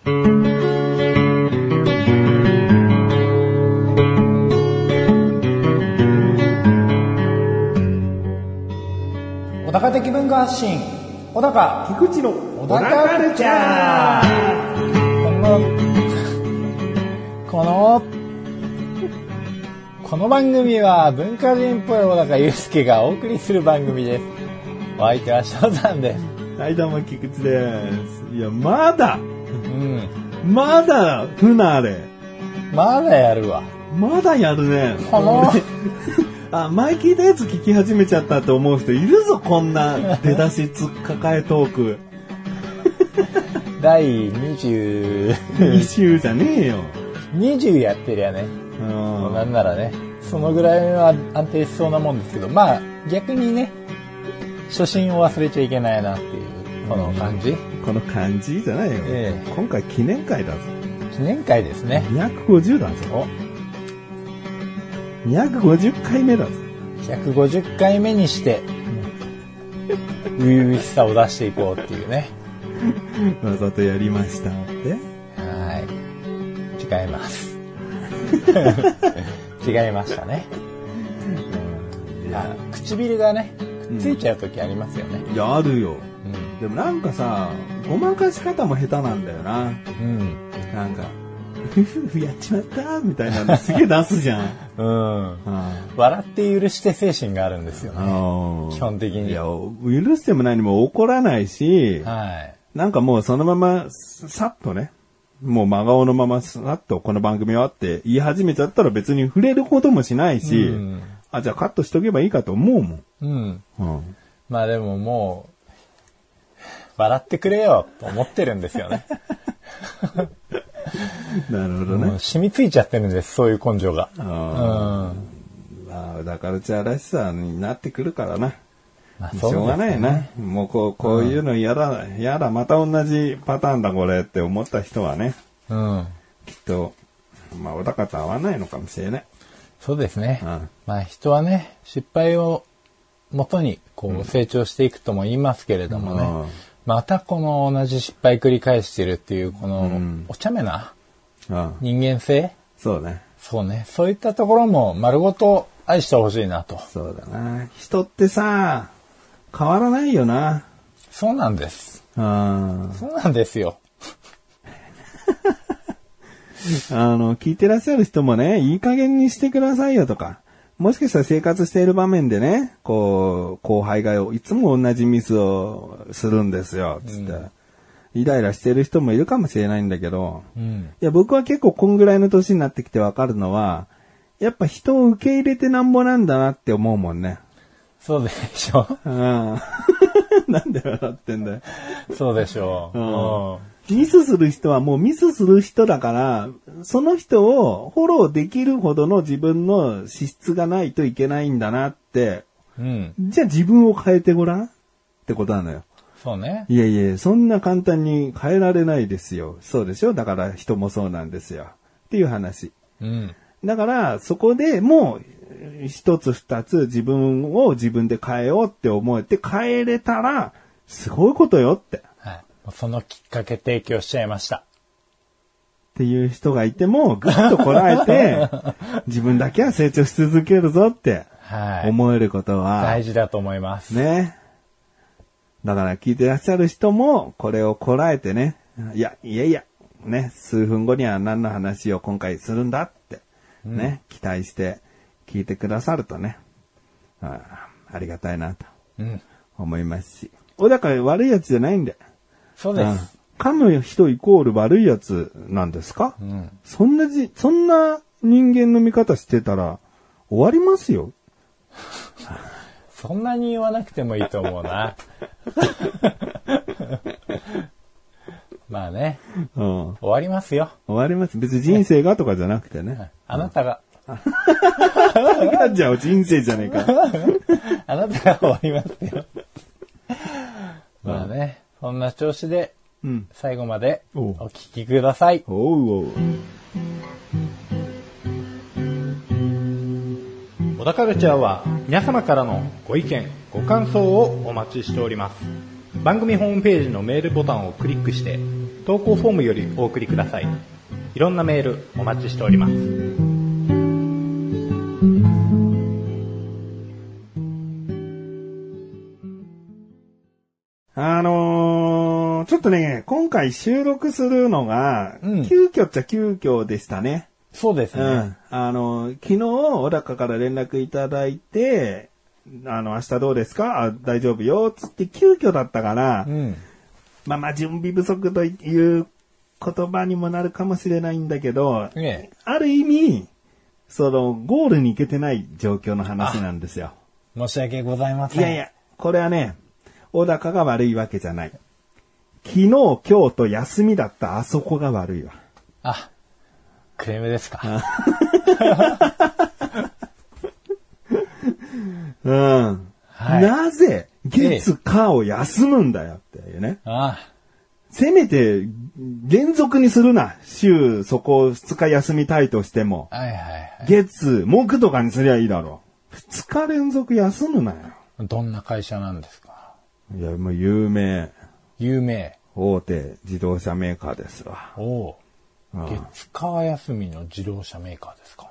小高的文化発信、小高菊池の小高カルチャー。この番組は文化人っぽい小高祐介がお送りする番組です。お相手は翔さんです。 はい、どうも菊池です。いや、まだ不慣れ。 まだやるわ。 まだやるね。前聞いたやつ聞き始めちゃったって思う人いるぞ、こんな出だし抱えトーク。 第20 20じゃねえよ。 20やってりゃね。もうなんならね、そのぐらいは安定しそうなもんですけど、まあ逆にね、初心を忘れちゃいけないなっていうこの感じ。 この感じじゃないよ。今回記念会だぞ。 記念会ですね。 250だぞ。250回目だぞ。 150回目にして初々しさを出していこうっていうね。 わざとやりましたって。 はい。違います。違いましたね。唇がね、くっついちゃう時ありますよね。 いや、あるよ。でもなんかさ、ごまかし方も下手なんだよな。なんか、やっちまったみたいなのすげえ出すじゃん。 笑って許して精神があるんですよね。基本的に。 いや、許しても何も怒らないし、なんかもうそのまま、さっとね、もう真顔のままさっとこの番組はって言い始めちゃったら別に触れることもしないし、じゃあカットしとけばいいかと思うもん。 まあでももう、笑ってくれよと思ってるんですよね。 なるほどね。 染みついちゃってるんです、そういう根性が。 だからじゃあらしさになってくるからな。 しょうがないな。もうこういうのやだ、また同じパターンだこれって思った人はね。きっと、小高と合わないのかもしれない。 そうですね。人はね、失敗をもとに成長していくとも言いますけれどもね。またこの同じ失敗繰り返してるっていうこのお茶目な人間性。 そうね。 そうね。そういったところも丸ごと愛してほしいなと。 そうだな。人ってさ、変わらないよな。 そうなんです。そうなんですよ。 聞いてらっしゃる人もね、いい加減にしてくださいよとか。もしかしたら生活している場面でね、後輩がいつも同じミスをするんですよ、つって。イライラしてる人もいるかもしれないんだけど、いや、僕は結構こんぐらいの年になってきてわかるのは、やっぱ人を受け入れてなんぼなんだなって思うもんね。 そうでしょ。 なんで笑ってんだよ。 そうでしょう。 ミスする人はもうミスする人だから、その人をフォローできるほどの自分の資質がないといけないんだなって、じゃあ自分を変えてごらんってことなのよ。 そうね。 いや、そんな簡単に変えられないですよ。そうでしょ？だから人もそうなんですよ。っていう話。だから、そこでもう、一つ二つ自分を自分で変えようって思えて変えれたら、すごいことよって。 そのきっかけ提供しちゃいました。 っていう人がいても、ぐっとこらえて、自分だけは成長し続けるぞって、思えることは、 大事だと思います。 ね。だから聞いてらっしゃる人も、これをこらえてね、いや、ね、数分後には何の話を今回するんだって、ね、期待して聞いてくださるとね、ありがたいなと、思いますし。だから悪いやつじゃないんで。 そうです。 噛む人イコール悪いやつなんですか？そんな人間の見方してたら終わりますよ。 そんなに言わなくてもいいと思うな。まあね、終わりますよ。 終わります。別に人生がとかじゃなくてね。 あなたが。 じゃあ人生じゃねえか。 あなたが終わりますよ。まあね、そんな調子で、最後までお聞きください。小田カルチャーは皆様からのご意見、ご感想をお待ちしております。番組ホームページのメールボタンをクリックして、 投稿フォームよりお送りください。いろんなメールお待ちしております。 ちょっとね、今回収録するのが、急遽っちゃ急遽でしたね。 そうですね。 昨日、小高から連絡いただいて、明日どうですか？大丈夫よ。つって急遽だったから、まあ準備不足という言葉にもなるかもしれないんだけど、ある意味、ゴールに行けてない状況の話なんですよ。 申し訳ございません。 いや、これはね、小高が悪いわけじゃない。昨日、今日と休みだったあそこが悪いわ。 クレームですか。 なぜ、月、火を休むんだよっていうね。せめて、連続にするな。週、そこ2日休みたいとしても。月、木とかにすりゃいいだろう。2日連続休むなよ。 どんな会社なんですか？ いや、もう有名。大手自動車メーカーですわ。 月火休みの自動車メーカーですか？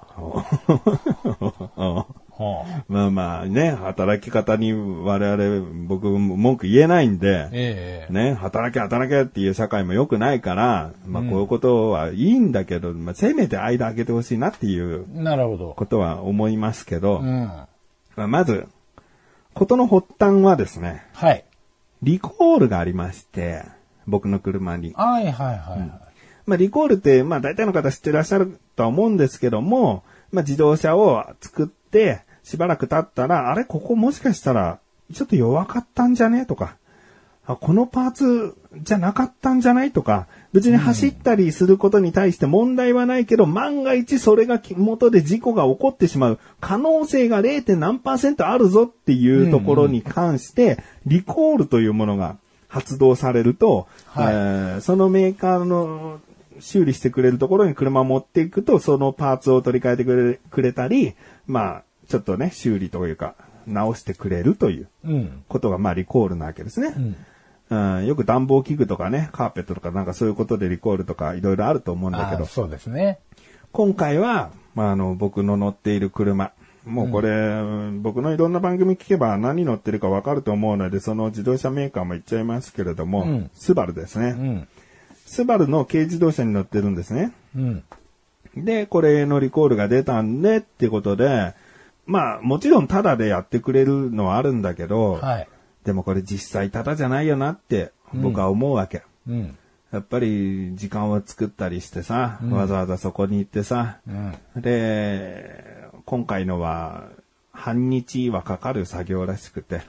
まあね、働き方に僕文句言えないんで、ね、働けっていう社会も良くないから、こういうことはいいんだけど、せめて間開けてほしいなっていうことは思いますけど、まず、ことの発端はですね、リコールがありまして、僕の車に。リコールって、大体の方知ってらっしゃるとは思うんですけども、自動車を作って、しばらく経ったら、あれここもしかしたら、ちょっと弱かったんじゃねとか、このパーツじゃなかったんじゃないとか、別に走ったりすることに対して問題はないけど、万が一それが元で事故が起こってしまう可能性が 0. 何%あるぞっていうところに関して、リコールというものが発動されると、そのメーカーの修理してくれるところに車を持っていくと、そのパーツを取り替えてくれたり、ちょっとね、修理というか、直してくれるということが、リコールなわけですね。よく暖房器具とかね、カーペットとかなんかそういうことでリコールとかいろいろあると思うんだけど。 そうですね。 今回は、僕の乗っている車、もうこれ、僕のいろんな番組聞けば何乗ってるかわかると思うので、その自動車メーカーも言っちゃいますけれども、スバルですね。スバルの軽自動車に乗ってるんですね。で、これのリコールが出たんでってことで、もちろんタダでやってくれるのはあるんだけど、でもこれ実際タダじゃないよなって僕は思うわけ。やっぱり時間を作ったりしてさ、わざわざそこに行ってさ、で、今回のは半日はかかる作業らしくて、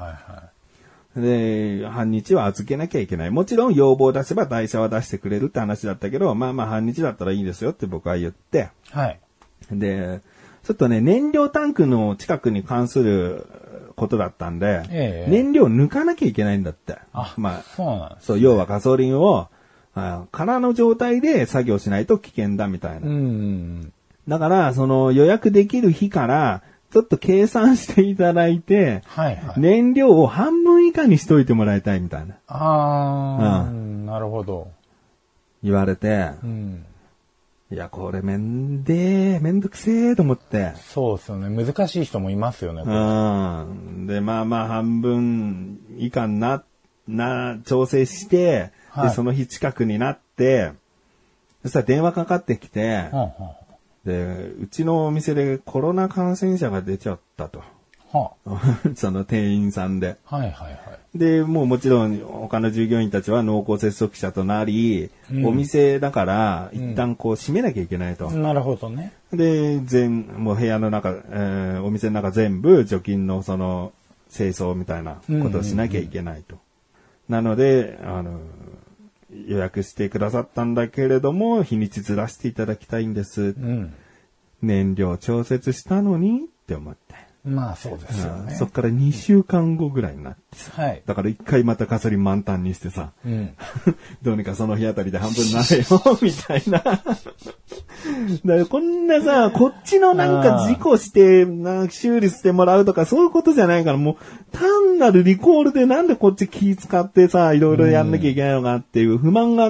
で、半日は預けなきゃいけない。もちろん要望を出せば台車は出してくれるって話だったけど、半日だったらいいですよって僕は言って、で、ちょっとね、燃料タンクの近くに関することだったんで、燃料抜かなきゃいけないんだって。 そうなんですね。 そう、要はガソリンを、空の状態で作業しないと危険だみたいな。だから、予約できる日から、ちょっと計算していただいて、燃料を半分以下にしといてもらいたいみたいな。 なるほど。 言われて、いや、これめんどくせえと思って。 そうですよね。難しい人もいますよね。 で、半分以下調整して、で、その日近くになって、そしたら電話かかってきて、で、うちのお店でコロナ感染者が出ちゃったと。その店員さんで。で、もちろん他の従業員たちは濃厚接触者となり、お店だから一旦閉めなきゃいけないと。 なるほどね。 で、もう部屋の中、お店の中全部除菌の清掃みたいなことをしなきゃいけないと。なので、予約してくださったんだけれども、日にちずらしていただきたいんです。燃料調節したのにって思って。 そうですよね。 そっから2週間後ぐらいになってさ。だから1回またガソリン満タンにしてさ。どうにかその日あたりで半分になれよ、みたいな。だからこんなさ、こっちのなんか事故して、修理してもらうとかそういうことじゃないから、もう単なるリコールでなんでこっち気使ってさ、いろいろやんなきゃいけないのかっていう不満がね、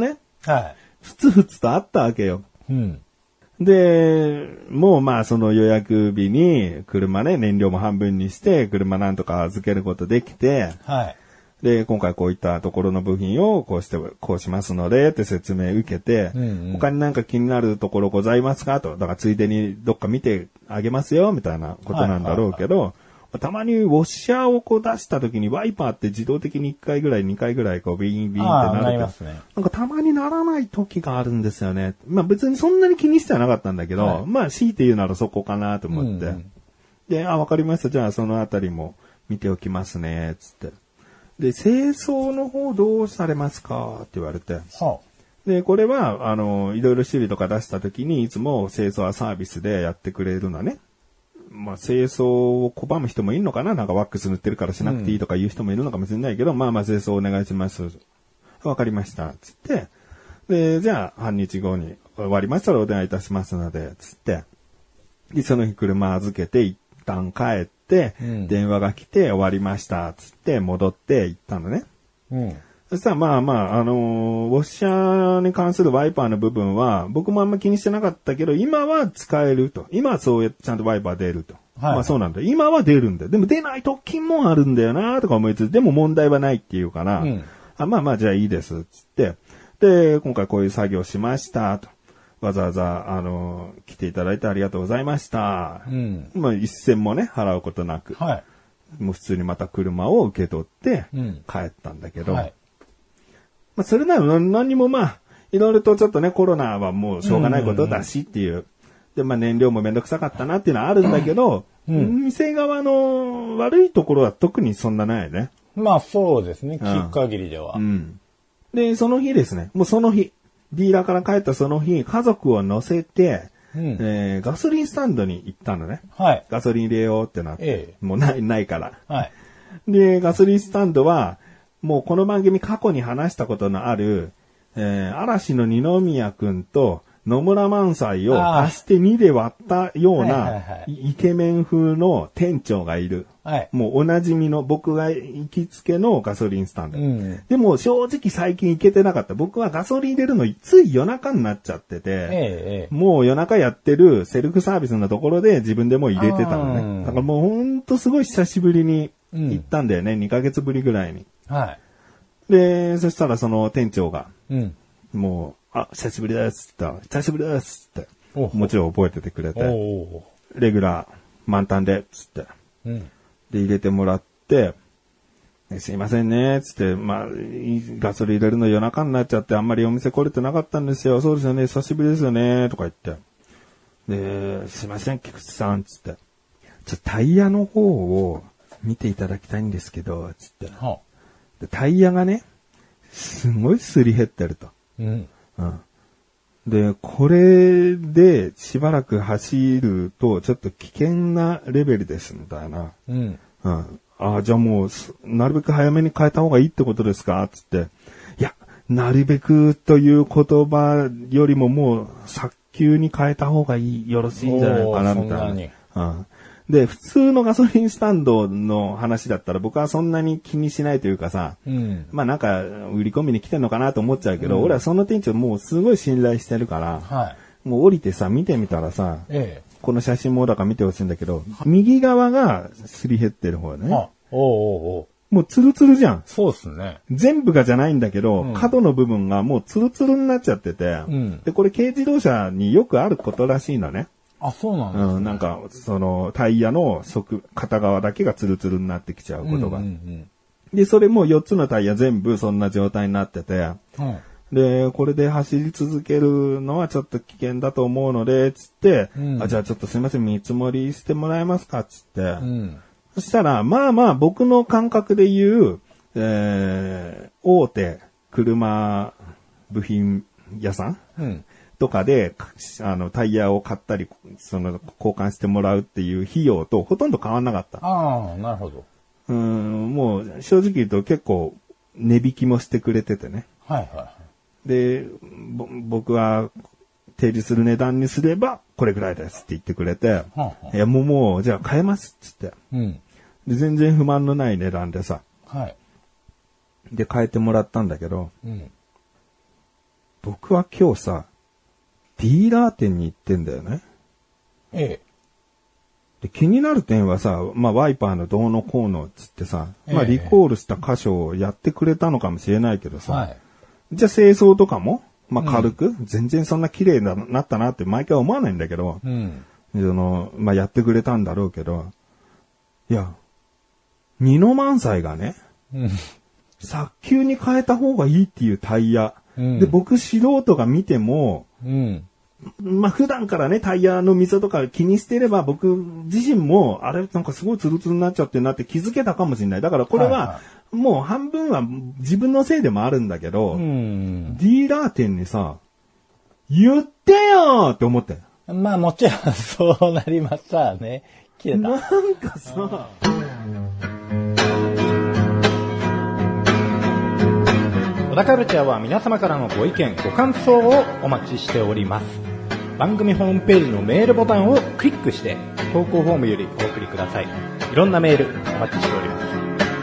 はい。 ふつふつとあったわけよ。 うん。 で、もうまあその予約日に車ね、燃料も半分にして車なんとか預けることできて、 はい。 で、今回こういったところの部品をこうして、こうしますのでって説明受けて、他になんか気になるところございますかと、だからついでにどっか見てあげますよみたいなことなんだろうけど、たまにウォッシャーをこう出した時にワイパーって自動的に1回ぐらい2回ぐらいこうビーンビーンってなるけど、なんかたまにならない時があるんですよね。まあ別にそんなに気にしてはなかったんだけど、まあ強いて言うならそこかなと思って。で、わかりました。じゃあそのあたりも見ておきますね、つって。で、清掃の方どうされますかって言われて。で、これは、いろいろ修理とか出した時にいつも清掃はサービスでやってくれるのね。まあ、清掃を拒む人もいるのかな、なんかワックス塗ってるからしなくていいとか言う人もいるのかもしれないけど、まあまあ清掃お願いします。わかりました。つって。で、じゃあ、半日後に終わりましたらお電話いたしますので、つって。で、その日車預けて一旦帰って、電話が来て終わりました。つって戻って行ったのね。そしたらまあまあ、ウォッシャーに関するワイパーの部分は、僕もあんま気にしてなかったけど、今は使えると。今はそうやってちゃんとワイパー出ると。はい、まあそうなんだ。今は出るんだよ。でも出ない時もあるんだよなとか思いつつ、でも問題はないっていうから、まあまあじゃあいいです。つって。で、今回こういう作業しました。と。わざわざ、来ていただいてありがとうございました。まあ一銭もね、払うことなく。もう普通にまた車を受け取って帰ったんだけど、まあ、それなら何にもまあ、いろいろとちょっとね、コロナはもうしょうがないことだしっていう。で、まあ燃料もめんどくさかったなっていうのはあるんだけど、店側の悪いところは特にそんなないね。 まあそうですね、聞く限りでは。 で、その日ですね、もうその日、ディーラーから帰ったその日、家族を乗せて、ガソリンスタンドに行ったのね。ガソリン入れようってなって。もうないから。で、ガソリンスタンドは、もうこの番組過去に話したことのある、嵐の二宮くんと野村萬斎を足して2で割ったようなイケメン風の店長がいる。もうおなじみの僕が行きつけのガソリンスタンド。でも正直最近行けてなかった。僕はガソリン入れるのつい夜中になっちゃってて、もう夜中やってるセルフサービスのところで自分でもう入れてたのね。だからもうほんとすごい久しぶりに行ったんだよね。2ヶ月ぶりぐらいに。で、そしたらその店長が、もう、久しぶりですって言ったら、久しぶりですって、もちろん覚えててくれて、レギュラー満タンで、つって、で、入れてもらって、すいませんね、つって、まあ、ガソリン入れるの夜中になっちゃってあんまりお店来れてなかったんですよ。そうですよね、久しぶりですよね、とか言って。で、すいません、菊池さん、つって。タイヤの方を見ていただきたいんですけど、つって。でタイヤがね、すごいすり減ってると。で、これでしばらく走るとちょっと危険なレベルですみたいな。じゃあもうなるべく早めに変えた方がいいってことですかつって。いや、なるべくという言葉よりももう早急に変えた方がよろしいんじゃないかなみたいな。で、普通のガソリンスタンドの話だったら僕はそんなに気にしないというかさ、まあなんか売り込みに来てんのかなと思っちゃうけど、俺はその店長もうすごい信頼してるから、もう降りてさ、見てみたらさ、この写真もだから見てほしいんだけど、右側がすり減ってる方ね。もうツルツルじゃん。 そうですね。 全部がじゃないんだけど、角の部分がもうツルツルになっちゃってて、で、これ軽自動車によくあることらしいのね。 そうなんですね。 なんか、その、タイヤの片側だけがツルツルになってきちゃうことが。で、それも4つのタイヤ全部そんな状態になってて、で、これで走り続けるのはちょっと危険だと思うので、つって、じゃあちょっとすいません、見積もりしてもらえますか、つって。そしたら、まあまあ僕の感覚で言う、大手車部品屋さん、とかで、タイヤを買ったり、交換してもらうっていう費用とほとんど変わんなかった。 なるほど。 もう、正直言うと結構、値引きもしてくれててね。で、僕は、提示する値段にすれば、これぐらいですって言ってくれて、いや、もう、じゃあ買えますっつって。で、全然不満のない値段でさ。で、買えてもらったんだけど、 僕は今日さ、ディーラー店に行ってんだよね。 ええ。 で、気になる点はさ、まあ、ワイパーのどうのこうのっつってさ、まあ、リコールした箇所をやってくれたのかもしれないけどさ、 はい。 じゃあ清掃とかも、まあ、軽く、全然そんな綺麗になったなって毎回思わないんだけど、 うん。 まあ、やってくれたんだろうけど、いや、二の万歳がね、 うん。 早急に変えた方がいいっていうタイヤ。 うん、 で、僕素人が見ても、 うん。 まあ、普段からね、タイヤの溝とか気にしてれば、僕自身も、あれ、なんかすごいツルツルになっちゃってるなって気づけたかもしれない。だからこれは、もう半分は自分のせいでもあるんだけど、 うん、 ディーラー店にさ、言ってよーって思って。 まあもちろんそうなりましたね。切れた。 なんかさ、 小田カルチャーは皆様からのご意見、ご感想をお待ちしております。番組ホームページのメールボタンをクリックして投稿フォームよりお送りください。いろんなメールお待ちしております。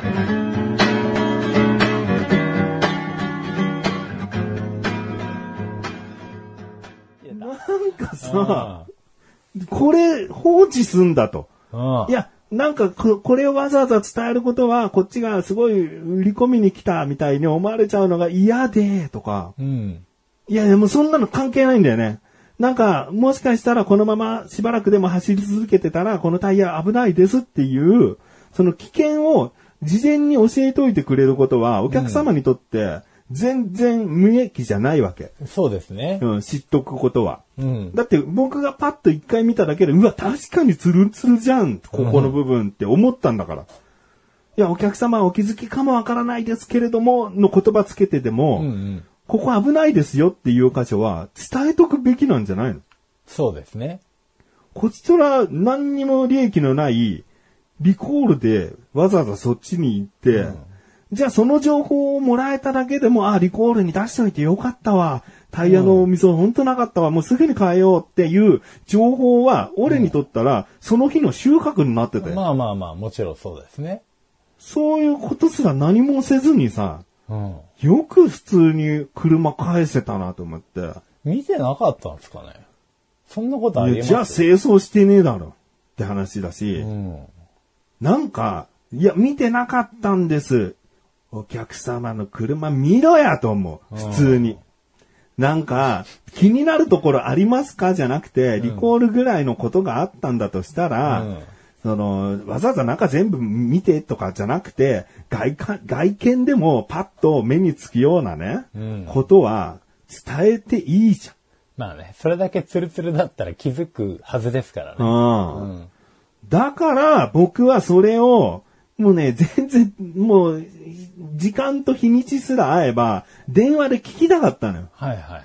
なんかさ、これ放置すんだと。いや、なんかこれをわざわざ伝えることは、こっちがすごい売り込みに来たみたいに思われちゃうのが嫌で、とか。 うん、 いや、でもそんなの関係ないんだよね。なんか、もしかしたらこのまましばらくでも走り続けてたら、このタイヤ危ないですっていう、その危険を事前に教えておいてくれることは、お客様にとって全然無益じゃないわけ。 そうですね。 うん、知っとくことは。 うん、 だって僕がパッと一回見ただけで、うわ、確かにツルツルじゃん、ここの部分って思ったんだから。いや、お客様はお気づきかもわからないですけれども、の言葉つけてでも、 うんうん、 ここ危ないですよっていう箇所は伝えとくべきなんじゃないの？ そうですね。 こちとら何にも利益のないリコールでわざわざそっちに行って、じゃあその情報をもらえただけでも、リコールに出しておいてよかったわ。タイヤの溝ほんとなかったわ。もうすぐに変えようっていう情報は、俺にとったらその日の収穫になってて。 まあまあまあ、もちろんそうですね。 そういうことすら何もせずにさ、 うん、 よく普通に車返せたなと思って。 見てなかったんですかね。そんなことあります？ じゃあ清掃してねえだろって話だし、 うん、 なんか、いや、見てなかったんです。お客様の車見ろやと思う。普通に。なんか、気になるところありますかじゃなくて、リコールぐらいのことがあったんだとしたら、わざわざ中全部見てとかじゃなくて、外見でもパッと目につくようなね、ことは伝えていいじゃん。 まあね、それだけツルツルだったら気づくはずですからね。 だから僕はそれを、もうね、全然、もう、時間と日にちすら合えば、電話で聞きたかったのよ。 はいはいはい。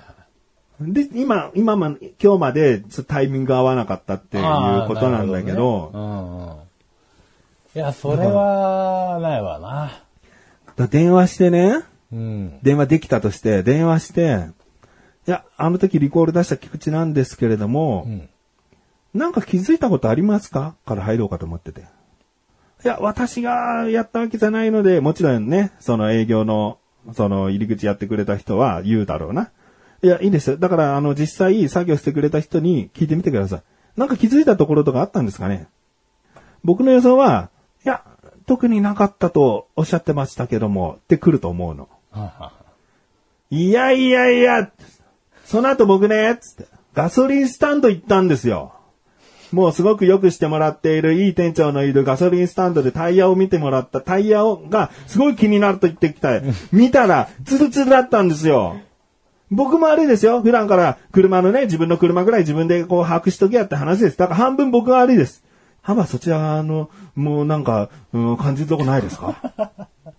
で、今日までちょっとタイミング合わなかったっていうことなんだけど。 いや、それはないわな。 電話してね、電話できたとして、電話して、いや、あの時リコール出した菊池なんですけれども、なんか気づいたことありますかから入ろうかと思ってて。いや、私がやったわけじゃないので、もちろんね、その営業の、その入り口やってくれた人は言うだろうな。いや、いいです。だから、実際作業してくれた人に聞いてみてください。なんか気づいたところとかあったんですかね？僕の予想は、いや、特になかったとおっしゃってましたけども、って来ると思うの。いや、その後僕ね、つって、ガソリンスタンド行ったんですよ。もうすごくよくしてもらっているいい店長のいるガソリンスタンドでタイヤを見てもらったタイヤがすごい気になると言ってきた。見たらツルツルだったんですよ。僕も悪いですよ。普段から車のね、自分の車ぐらい自分でこう把握しとけやって話です。だから半分僕が悪いです。そちらもうなんか、感じるとこないですか？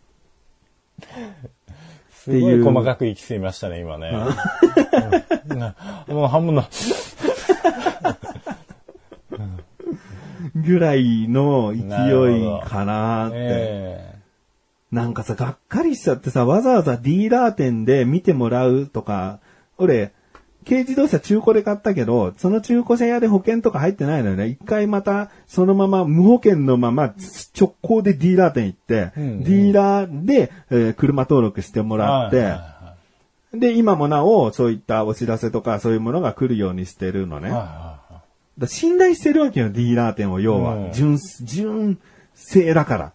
すごい細かく行き過ぎましたね、今ね。もう半分の。 ぐらいの勢いかなって。なんかさ、がっかりしちゃってさ、わざわざディーラー店で見てもらうとか、俺、軽自動車中古で買ったけど、その中古車屋で保険とか入ってないのよね。一回また、そのまま無保険のまま直行でディーラー店行って、ディーラーで、車登録してもらって、 で、今もなお、そういったお知らせとかそういうものが来るようにしてるのね。だ信頼してるわけよ、ディーラー店を、要は。純正だから。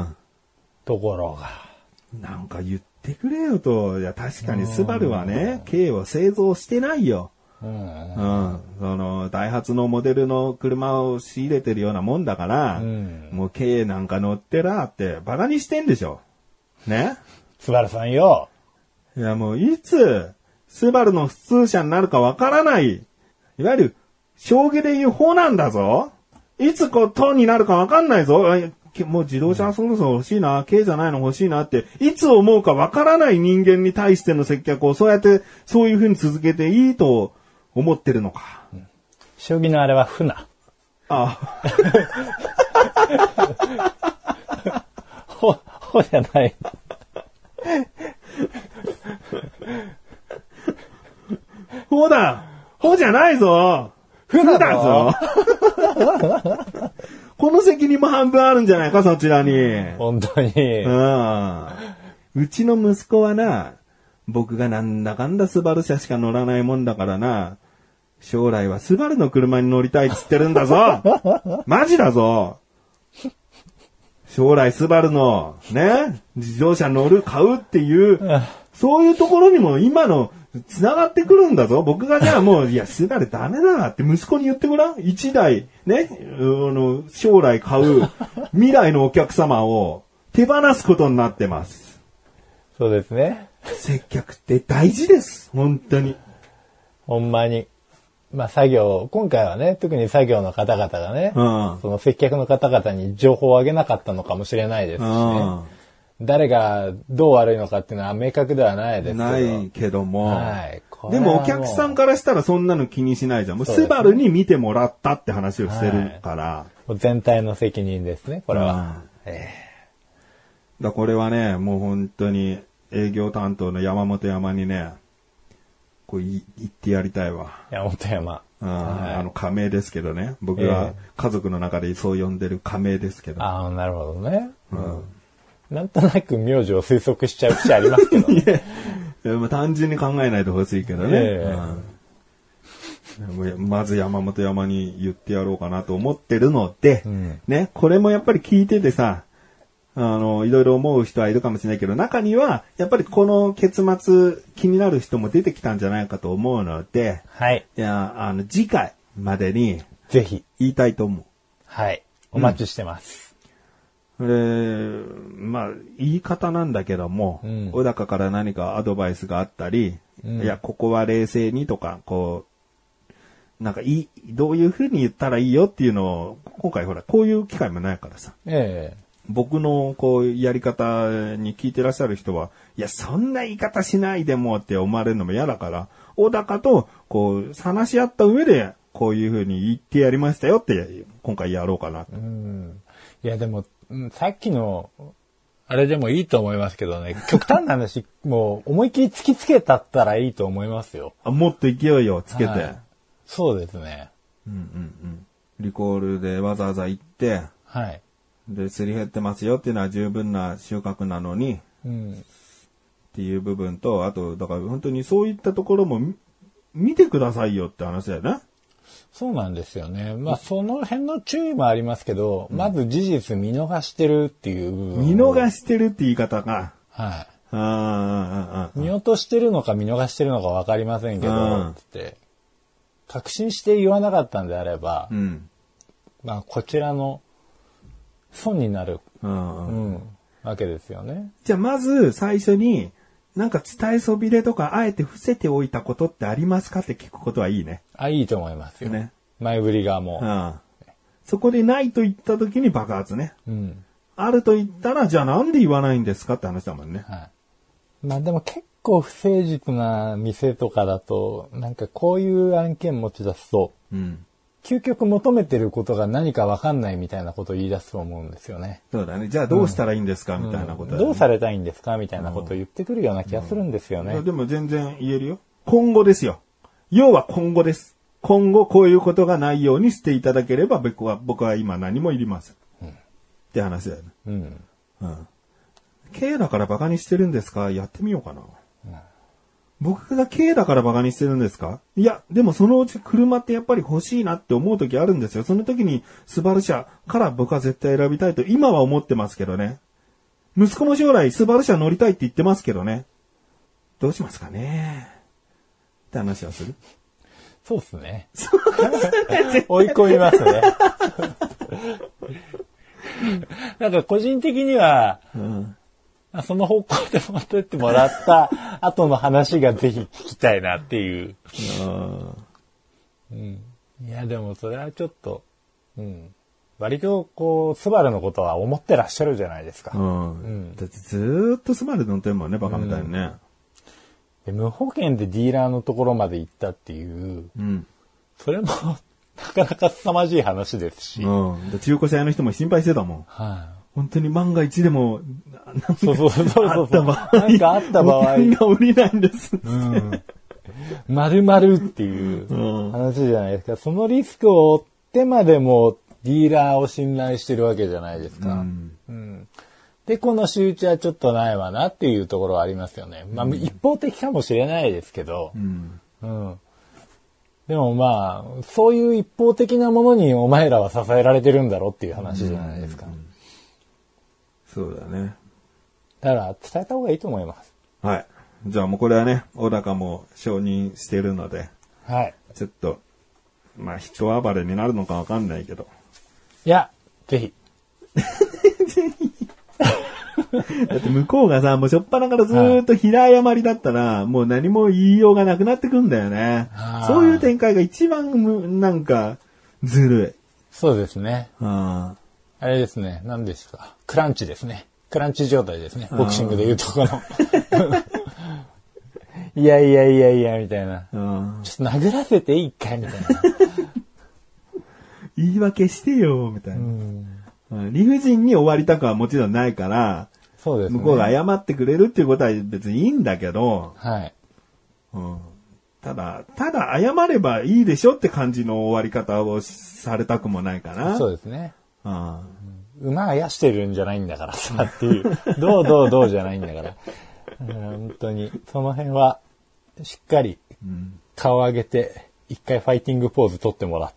ところが。 なんか言ってくれよと。いや、確かにスバルはね、軽を製造してないよ。その、ダイハツのモデルの車を仕入れてるようなもんだから、もう軽なんか乗ってらってバカにしてんでしょ。ね？ スバルさんよ。 いや、もういつ、スバルの普通車になるかわからない。いわゆる、将棋で言う方なんだぞ。いつこう、トンになるかわかんないぞ。もう自動車そろそろ欲しいな、軽じゃないの欲しいなって、いつ思うかわからない人間に対しての接客をそうやって、そういう風に続けていいと思ってるのか。 将棋のあれは船。ほじゃない。 ほじゃないぞ。船だぞ。この責任も半分あるんじゃないか、そちらに。 本当に。 うちの息子はな、僕がなんだかんだスバル車しか乗らないもんだからな、将来はスバルの車に乗りたいっつってるんだぞ。マジだぞ。将来スバルのね、自動車買うっていう、そういうところにも今の繋がってくるんだぞ。僕がじゃあもう、いや、スバルダメだって息子に言ってごらん。一台、ね、将来買う未来のお客様を手放すことになってます。 そうですね。 接客って大事です。本当に。 ほんまに。まあ今回はね、特に作業の方々がね、その接客の方々に情報をあげなかったのかもしれないですしね。誰がどう悪いのかっていうのは明確ではないですけど。 ないけども。でもお客さんからしたらそんなの気にしないじゃん。もうスバルに見てもらったって話をしてるから。 全体の責任ですね、これは。 これはね、もう本当に営業担当の山本山にね、こう言ってやりたいわ。 山本山。 仮名ですけどね。僕が家族の中でそう呼んでる仮名ですけど。 なるほどね。なんとなく名字を推測しちゃう節ありますけどね。 単純に考えないでほしいけどね。まず山本山に言ってやろうかなと思ってるので、ね、これもやっぱり聞いててさ、いろいろ思う人はいるかもしれないけど、中には、やっぱりこの結末気になる人も出てきたんじゃないかと思うので、いや、次回までに、 ぜひ、 言いたいと思う。 はい。お待ちしてます。 まあ、言い方なんだけども、小高から何かアドバイスがあったり、いや、ここは冷静にとか、こう、なんかどういう風に言ったらいいよっていうのを、今回ほら、こういう機会もないからさ。僕のこうやり方に聞いてらっしゃる人は、いや、そんな言い方しないでもって思われるのも嫌だから、小高とこう話し合った上で、こういう風に言ってやりましたよって、今回やろうかなと。 いや、でも、さっきの、あれでもいいと思いますけどね、極端な話、もう思いっきり突きつけたったらいいと思いますよ。 もっと勢いをつけて。 そうですね。 リコールでわざわざ行って、で、すり減ってますよっていうのは十分な収穫なのに、っていう部分と、あと、だから本当にそういったところも見てくださいよって話だよね。 そうなんですよね。まあ、その辺の注意もありますけど、まず事実見逃してるっていう部分。 見逃してるって言い方が。 見落としてるのか見逃してるのか分かりませんけど、って確信して言わなかったんであれば、まあ、こちらの損になる、わけですよね。 じゃあまず最初になんか伝えそびれとかあえて伏せておいたことってありますかって聞くことはいいね。 いいと思いますよね。前振りがもう、 そこでないと言った時に爆発ね。あると言ったらじゃあなんで言わないんですかって話だもんね。 まあでも結構不誠実な店とかだとなんかこういう案件持ち出すと、究極求めてることが何か分かんないみたいなことを言い出すと思うんですよね。 そうだね。じゃあどうしたらいいんですか、みたいなことだね。 どうされたいんですかみたいなことを言ってくるような気がするんですよね。 でも全然言えるよ。今後ですよ。要は今後です。今後こういうことがないようにしていただければ僕は今何もいりません。って話だよね。K だからバカにしてるんですか？やってみようかな。 僕が軽だからバカにしてるんですか？いや、でもそのうち車ってやっぱり欲しいなって思う時あるんですよ。その時にスバル車から僕は絶対選びたいと今は思ってますけどね。息子も将来スバル車乗りたいって言ってますけどね。どうしますかねって話はする？ そうっすね。追い込みますね。なんか個人的には、その方向で持ってってもらった後の話がぜひ聞きたいなっていう。いや、でもそれはちょっと、割とこう、スバルのことは思ってらっしゃるじゃないですか。 だってずーっとスバル乗ってるもんね、バカみたいにね。 で無保険でディーラーのところまで行ったっていう、それもなかなか凄まじい話ですし。 中古車屋の人も心配してたもん。本当に万が一でも、 そうあった場合、 なんかあった場合、 保険が降りないんです。 丸々っていう話じゃないですか。そのリスクを負ってまでもディーラーを信頼してるわけじゃないですか。で、この仕打ちはちょっとないわなっていうところはありますよね。まあ、一方的かもしれないですけど、でもまあ、そういう一方的なものにお前らは支えられてるんだろうっていう話じゃないですか。 そうだね。 だから伝えた方がいいと思います。 はい。じゃあもうこれはね、小高も承認してるので、ちょっと、まあ人暴れになるのかわかんないけど。 いや、ぜひ。 だって向こうがさ、もうしょっぱなからずーっと平謝りだったら、もう何も言いようがなくなってくんだよね。そういう展開が一番なんかずるい。 そうですね。あれですね。何ですか。クランチですね。クランチ状態ですね。ボクシングでいうとこの。いや、みたいな。ちょっと殴らせていいかいみたいな。 言い訳してよ、みたいな。理不尽に終わりたくはもちろんないから、そうですね、向こうが謝ってくれるっていうことは別にいいんだけど、ただ謝ればいいでしょって感じの終わり方をされたくもないかな。 そうですね。馬あやしてるんじゃないんだからさっていう。どうじゃないんだから。本当に、その辺は、しっかり、顔上げて、一回ファイティングポーズ取ってもらって。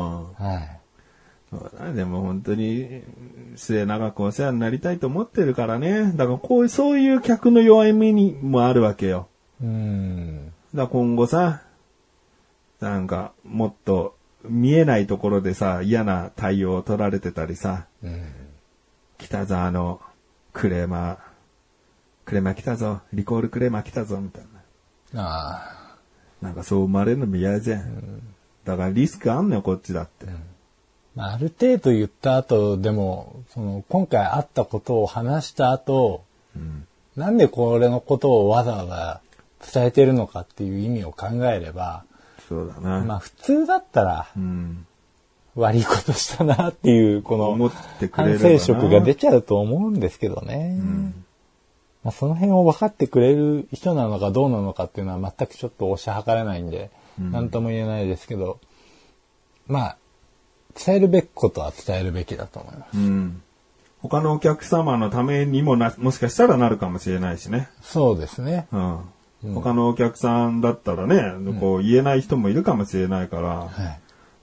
そうだね、でも本当に、末永くお世話になりたいと思ってるからね。だからそういう客の弱みにもあるわけよ。だから今後さ、なんか、もっと、見えないところでさ、嫌な対応を取られてたりさ、北沢のクレーマー来たぞ、リコールクレーマー来たぞ、みたいな。なんかそう生まれるのも嫌じゃん。だからリスクあんのよ、こっちだって。 ある程度言った後、でも、今回あったことを話した後、なんでこれのことをわざわざ伝えてるのかっていう意味を考えれば、 そうだな。 まあ普通だったら、悪いことしたなっていう、この反省色が出ちゃうと思うんですけどね。まあ、その辺を分かってくれる人なのかどうなのかっていうのは全くちょっと推し量れないんで、なんとも言えないですけど、まあ、伝えるべきことは伝えるべきだと思います。 他のお客様のためにももしかしたらなるかもしれないしね。 そうですね。 他のお客さんだったらね、こう言えない人もいるかもしれないから、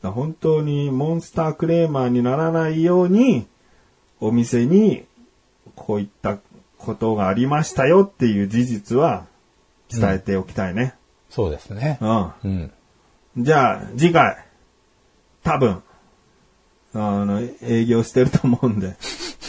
本当にモンスタークレーマーにならないように、お店にこういったことがありましたよっていう事実は伝えておきたいね。 そうですね。 じゃあ次回、多分、営業してると思うんで。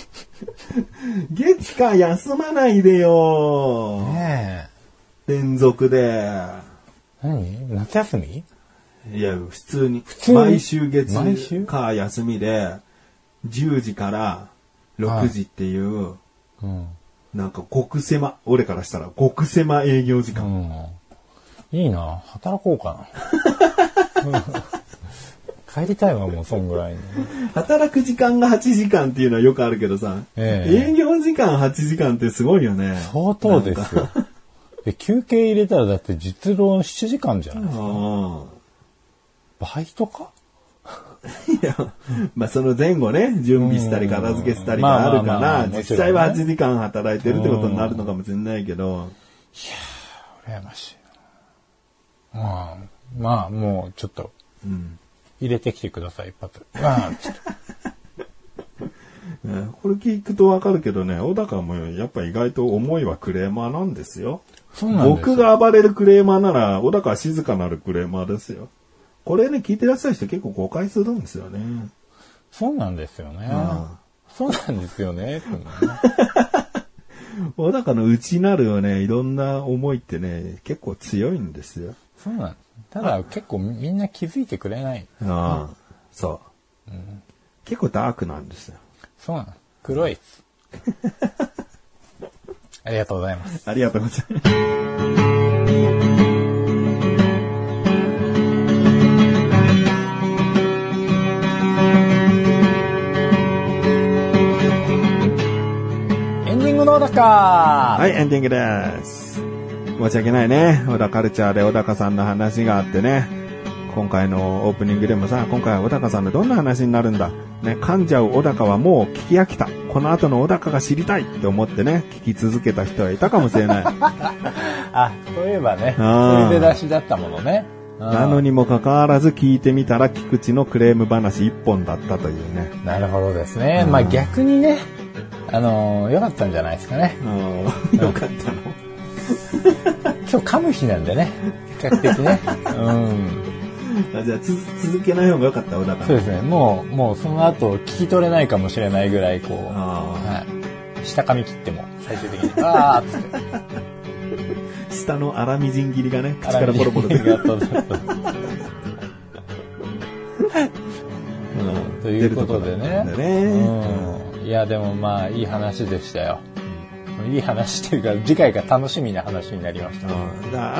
月火休まないでよ。連続で。 何？夏休み？ いや、普通に。毎週月火休みで、10時から6時っていう、なんか極狭、俺からしたら極狭営業時間。 いいな、働こうかな。帰りたいわ、もうそんぐらいに。 働く時間が8時間っていうのはよくあるけどさ、営業時間8時間ってすごいよね。 相当ですよ。休憩入れたらだって実労7時間じゃないですか。バイトか？ いや、まあその前後ね、準備したり片付けしたりがあるから、実際は8時間働いてるってことになるのかもしれないけど。 いや羨ましい。まあ、もうちょっと、入れてきてください、一発。ちょっとこれ聞くとわかるけどね、小高もやっぱ意外と思いはクレーマーなんですよ。 そうなんですよ。 僕が暴れるクレーマーなら、小高は静かなるクレーマーですよ。これね、聞いてらっしゃる人結構誤解するんですよね。 そうなんですよね。そうなんですよね。 小高の内なるね、いろんな思いってね、結構強いんですよ。 そうなんです。ただ結構みんな気づいてくれない。 そう、結構ダークなんですよ。 そうなんです。黒いです。ありがとうございます。 ありがとうございます。 エンディングの小高。 はい、エンディングです。申し訳ないね。小高カルチャーで小高さんの話があってね。今回のオープニングでもさ、今回は小高さんのどんな話になるんだ。ね、噛んじゃう小高はもう聞き飽きた。この後の小高が知りたいって思ってね、聞き続けた人はいたかもしれない。 そういえばね、それで出しだったものね。 なのにもかかわらず聞いてみたら菊池のクレーム話一本だったというね。 なるほどですね。まあ逆にね、良かったんじゃないですかね。 よかったの今日噛む日なんでね、比較的ね。 じゃあ続けない方がよかった小高。 そうですね。もうその後聞き取れないかもしれないぐらい下噛み切っても最終的につって下の粗みじん切りがね、口からボロボロ出る。 ということでね。いやでもまあいい話でしたよ。いい話っていうか次回が楽しみな話になりました。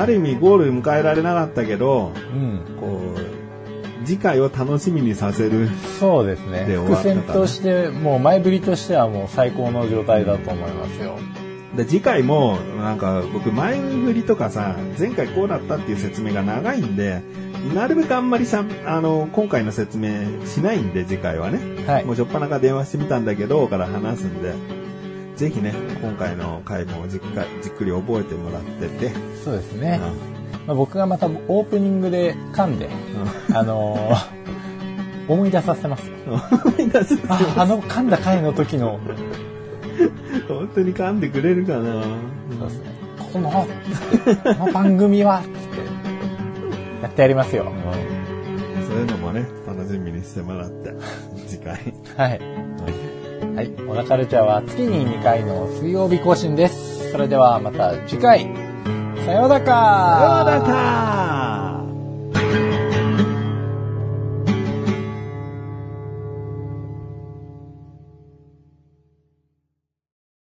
ある意味ゴール迎えられなかったけど、こう次回を楽しみにさせる。 そうですね。伏線としてもう前振りとしてはもう最高の状態だと思いますよ。 で次回もなんか僕前振りとかさ、前回こうだったっていう説明が長いんで、なるべくあんまり今回の説明しないんで次回はね。はい、もうしょっぱなから電話してみたんだけどから話すんで。ぜひね、今回の回もじっくり覚えてもらってて。 そうですね。僕がまたオープニングで噛んで、思い出させます。 思い出させます。 噛んだ回の時の。 本当に噛んでくれるかな。 そうですね。この番組は、ってやってやりますよ。 そういうのもね、楽しみにしてもらって、次回。 はい。はい。小田カルチャーは月に2回の水曜日更新です。それではまた次回。さようなら。 さようなら。